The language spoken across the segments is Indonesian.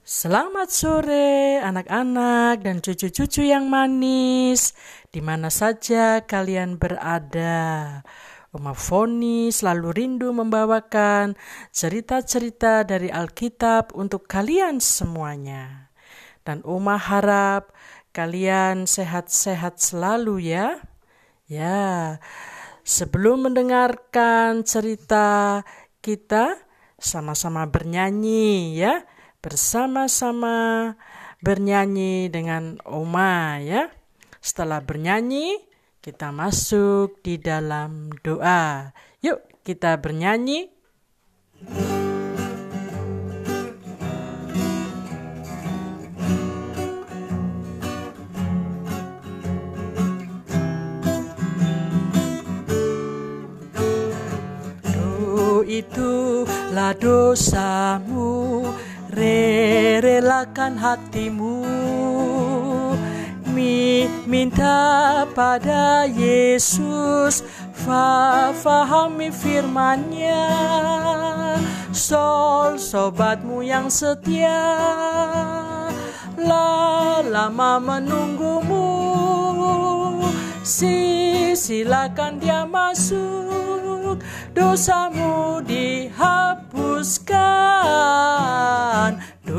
Selamat sore anak-anak dan cucu-cucu yang manis, di mana saja kalian berada. Oma Foni selalu rindu membawakan cerita-cerita dari Alkitab untuk kalian semuanya. Dan Oma harap kalian sehat-sehat selalu ya. Ya, sebelum mendengarkan cerita kita, sama-sama bernyanyi ya. Bersama-sama bernyanyi dengan Oma ya. Setelah bernyanyi, kita masuk di dalam doa. Yuk kita bernyanyi. Itulah dosamu, relakan hatimu, minta pada Yesus, fahami firman-Nya. Sobatmu yang setia, lama menunggumu, silakan dia masuk, dosamu dihapuskan.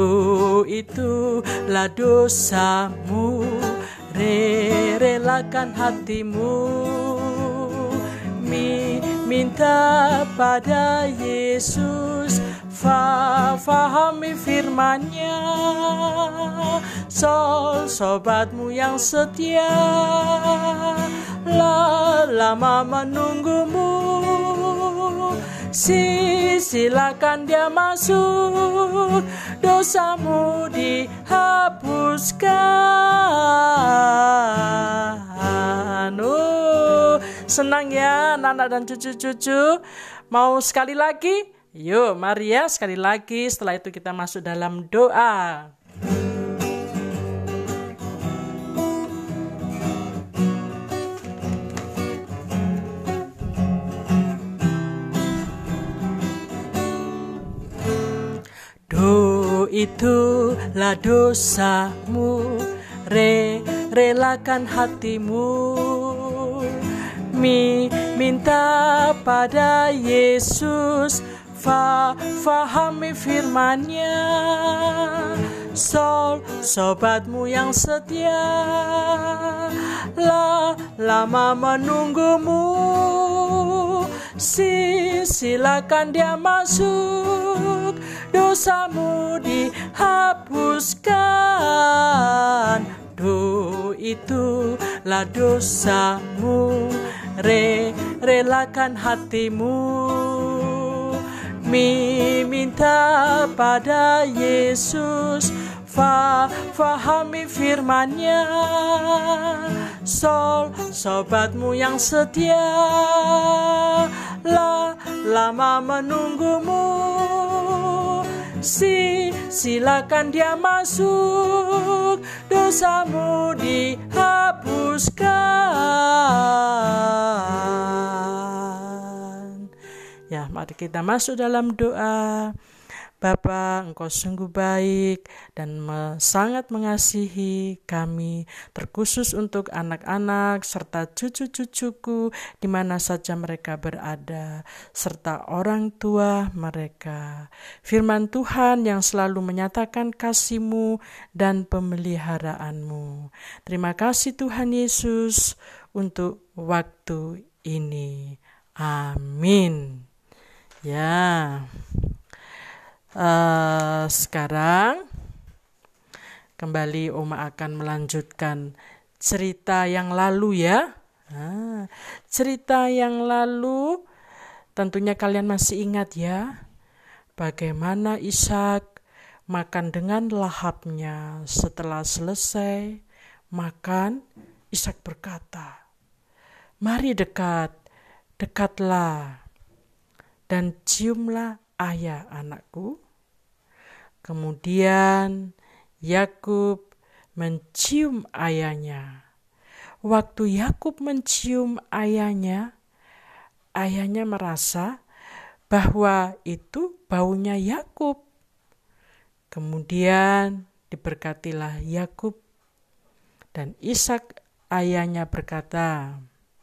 Itulah dosamu, relakan hatimu, minta pada Yesus, fahami firman-Nya. Sobatmu yang setia, lama menunggumu, silakan dia masuk, dosamu dihapuskan. Senang ya anak-anak dan cucu-cucu. Mau sekali lagi? Yuk mari ya sekali lagi. Setelah itu kita masuk dalam doa. Itulah dosamu, relakan hatimu, minta pada Yesus, fahami firman-Nya. Sobatmu yang setia, lama menunggumu, silakan dia masuk, dosamu dihapuskan. Itulah dosamu, relakan hatimu, minta pada Yesus, fahami firman-Nya. Sobatmu yang setia, lama menunggumu, silakan dia masuk, dosamu dihapuskan. Ya, mari kita masuk dalam doa. Bapa, Engkau sungguh baik dan sangat mengasihi kami, terkhusus untuk anak-anak serta cucu-cucuku di mana saja mereka berada, serta orang tua mereka. Firman Tuhan yang selalu menyatakan kasih-Mu dan pemeliharaan-Mu. Terima kasih Tuhan Yesus untuk waktu ini. Amin. Ya. Sekarang kembali Oma akan melanjutkan cerita yang lalu ya. Cerita yang lalu tentunya kalian masih ingat ya, bagaimana Ishak makan dengan lahapnya. Setelah selesai makan, Ishak berkata, "Mari dekatlah dan ciumlah ayah anakku." Kemudian Yakub mencium ayahnya. Waktu Yakub mencium ayahnya merasa bahwa itu baunya Yakub. Kemudian diberkatilah Yakub, dan Ishak ayahnya berkata,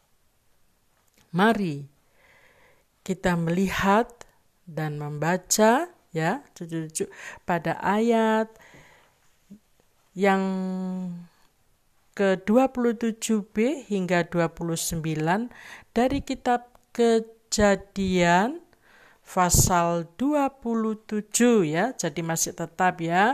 "Mari kita melihat dan membaca ya cucu-cucu pada ayat yang ke-27b hingga 29 dari kitab Kejadian pasal 27 ya. Jadi masih tetap ya.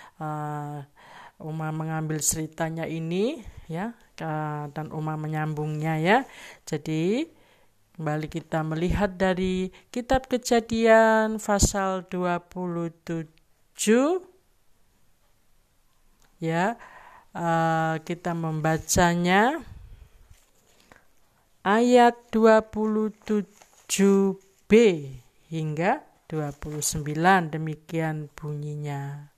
Uma mengambil ceritanya ini ya, dan Uma menyambungnya ya. Jadi kembali kita melihat dari kitab Kejadian pasal 27 ya. Kita membacanya ayat 27b hingga 29, demikian bunyinya.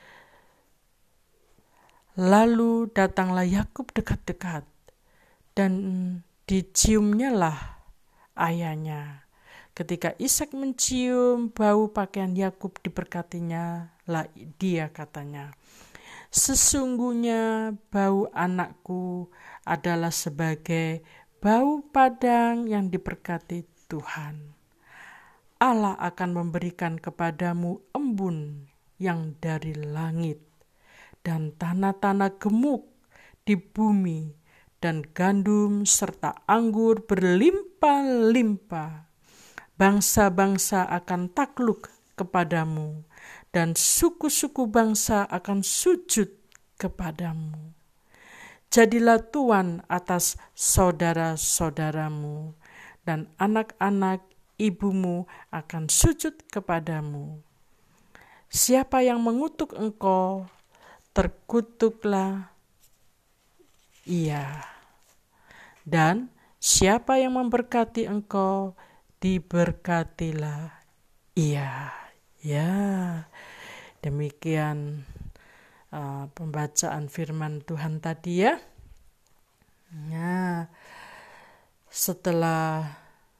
Lalu datanglah Yakub dekat-dekat, dan diciumnyalah ayahnya. Ketika Ishak mencium bau pakaian Yakub, diberkatinya lah dia, katanya, "Sesungguhnya bau anakku adalah sebagai bau padang yang diberkati Tuhan. Allah akan memberikan kepadamu embun yang dari langit, dan tanah-tanah gemuk di bumi, dan gandum serta anggur berlimpah-limpah. Bangsa-bangsa akan takluk kepadamu, dan suku-suku bangsa akan sujud kepadamu. Jadilah tuan atas saudara-saudaramu, dan anak-anak ibumu akan sujud kepadamu. Siapa yang mengutuk engkau, terkutuklah ia. Dan siapa yang memberkati engkau, diberkatilah ia." Ya, demikian pembacaan firman Tuhan tadi ya. Nah, setelah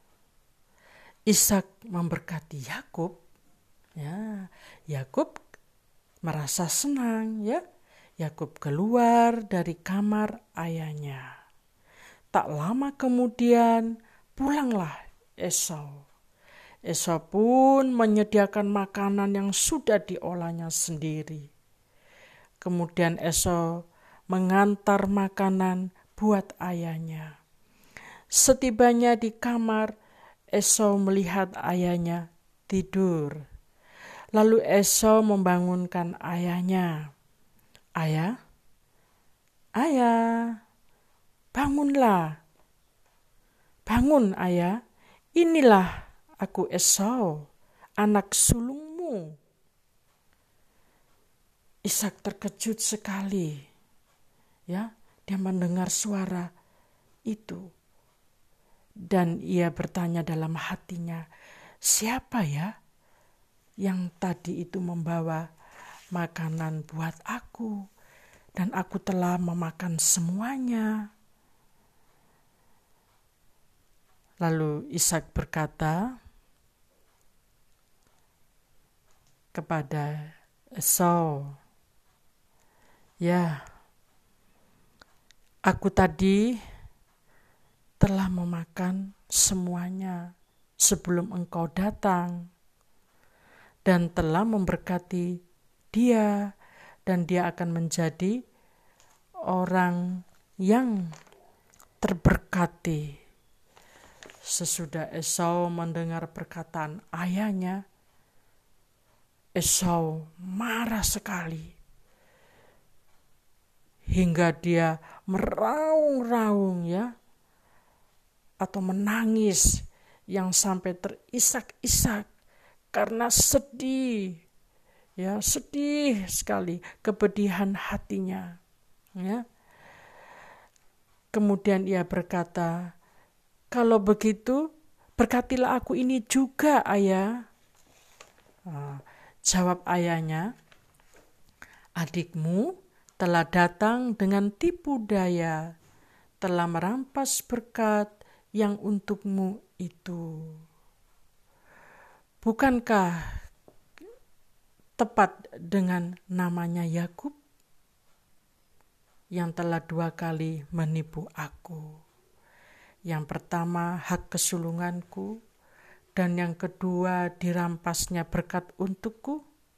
Ishak memberkati Yakub, ya, Yakub merasa senang ya. Yakub keluar dari kamar ayahnya. Tak lama kemudian pulanglah Esau. Esau pun menyediakan makanan yang sudah diolahnya sendiri. Kemudian Esau mengantar makanan buat ayahnya. Setibanya di kamar, Esau melihat ayahnya tidur. Lalu Esau membangunkan ayahnya. "Ayah, ayah, bangunlah. Bangun ayah, inilah aku Esau, anak sulungmu." Ishak terkejut sekali. Ya, dia mendengar suara itu. Dan ia bertanya dalam hatinya, "Siapa ya yang tadi itu membawa makanan buat aku, dan aku telah memakan semuanya?" Lalu Ishak berkata kepada Esau, "Ya, aku tadi telah memakan semuanya sebelum engkau datang, dan telah memberkati dia, dan dia akan menjadi orang yang terberkati." Sesudah Esau mendengar perkataan ayahnya, Esau marah sekali, hingga dia meraung-raung ya, atau menangis yang sampai terisak-isak karena sedih, ya, sedih sekali, kepedihan hatinya, ya. Kemudian ia berkata, "Kalau begitu, berkatilah aku ini juga, ayah." Jawab ayahnya, "Adikmu telah datang dengan tipu daya, telah merampas berkat yang untukmu itu. Bukankah tepat dengan namanya Yakub yang telah 2 kali menipu aku. Yang pertama hak kesulunganku, dan yang kedua dirampasnya berkat untukku.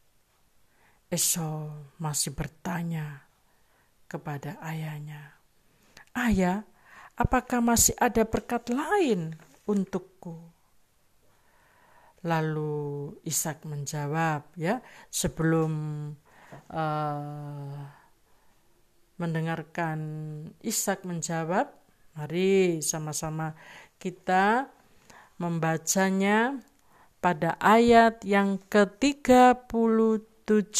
Esau masih bertanya kepada ayahnya, "Ayah, apakah masih ada berkat lain untukku?" Lalu Ishak menjawab, sebelum mendengarkan Ishak menjawab, mari sama-sama kita membacanya pada ayat yang ke-37.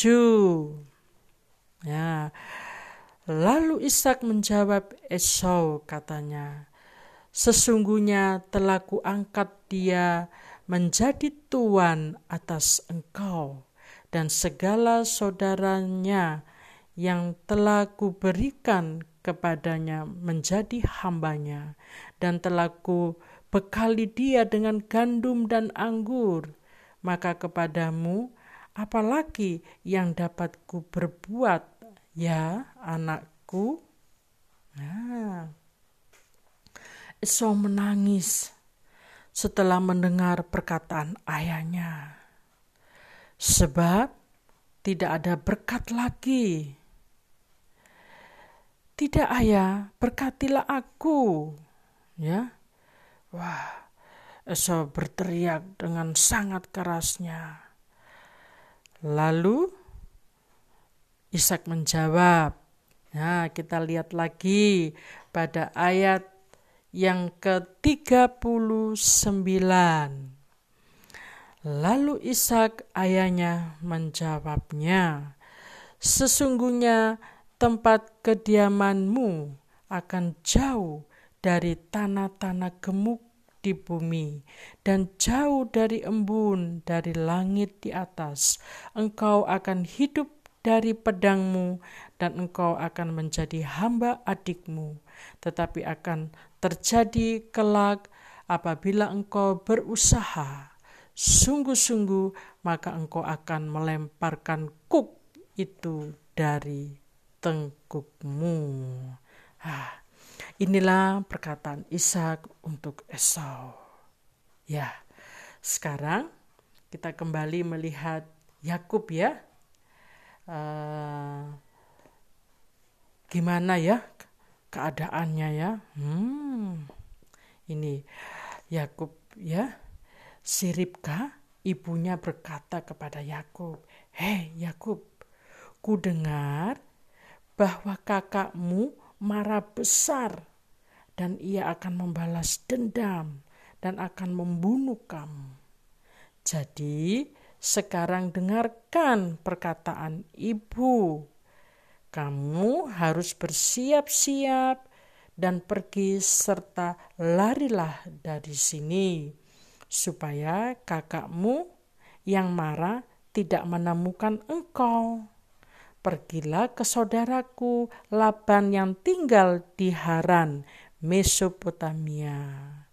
Lalu Ishak menjawab Esau, katanya, "Sesungguhnya telah kuangkat dia menjadi tuan atas engkau dan segala saudaranya yang telah kuberikan kepadanya menjadi hambanya, dan telah kubekali dia dengan gandum dan anggur. Maka kepadamu apalagi yang dapat kuberbuat, ya anakku?" Esau menangis setelah mendengar perkataan ayahnya, sebab tidak ada berkat lagi. "Tidak, ayah, berkatilah aku." Esau berteriak dengan sangat kerasnya. Lalu Ishak menjawab. Kita lihat lagi pada ayat yang ke-39. Lalu Ishak ayahnya menjawabnya, "Sesungguhnya tempat kediamanmu akan jauh dari tanah-tanah gemuk di bumi, dan jauh dari embun dari langit di atas. Engkau akan hidup dari pedangmu, dan engkau akan menjadi hamba adikmu. Tetapi akan terjadi kelak apabila engkau berusaha sungguh-sungguh, maka engkau akan melemparkan kuk itu dari tengkukmu." Inilah perkataan Ishak untuk Esau. Sekarang kita kembali melihat Yakub, gimana keadaannya Ini Yakub, si Ribka ibunya berkata kepada Yakub, "Hei Yakub, ku dengar bahwa kakakmu marah besar dan ia akan membalas dendam dan akan membunuh kamu. Jadi sekarang dengarkan perkataan ibu. Kamu harus bersiap-siap dan pergi serta larilah dari sini, supaya kakakmu yang marah tidak menemukan engkau. Pergilah ke saudaraku Laban yang tinggal di Haran, Mesopotamia."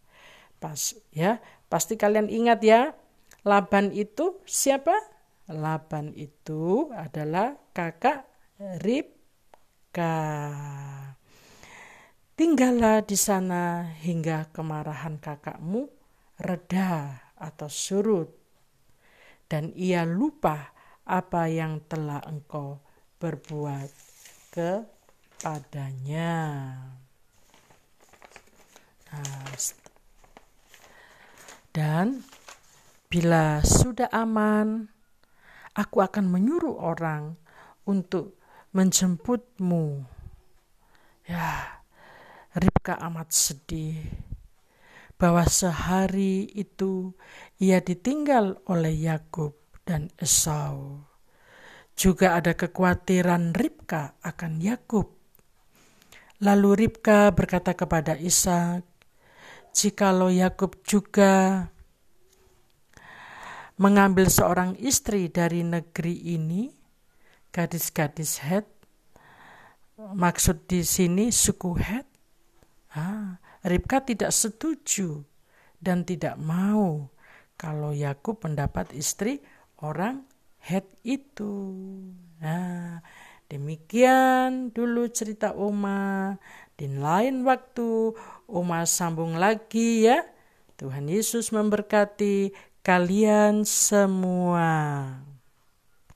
Pasti kalian ingat Laban itu siapa? Laban itu adalah kakak Ribka. "Tinggallah di sana hingga kemarahan kakakmu reda atau surut, dan ia lupa apa yang telah engkau berbuat kepadanya." Dan bila sudah aman, aku akan menyuruh orang untuk menjemputmu. Ribka amat sedih bahwa sehari itu ia ditinggal oleh Yakub dan Esau. Juga ada kekhawatiran Ribka akan Yakub. Lalu Ribka berkata kepada Ishak, "Jikalau Yakub juga mengambil seorang istri dari negeri ini, gadis-gadis Het, maksud di sini suku Het, Ribka tidak setuju dan tidak mau kalau Yakub mendapat istri orang head itu. Nah, demikian dulu cerita Oma. Di lain waktu Oma sambung lagi ya. Tuhan Yesus memberkati kalian semua.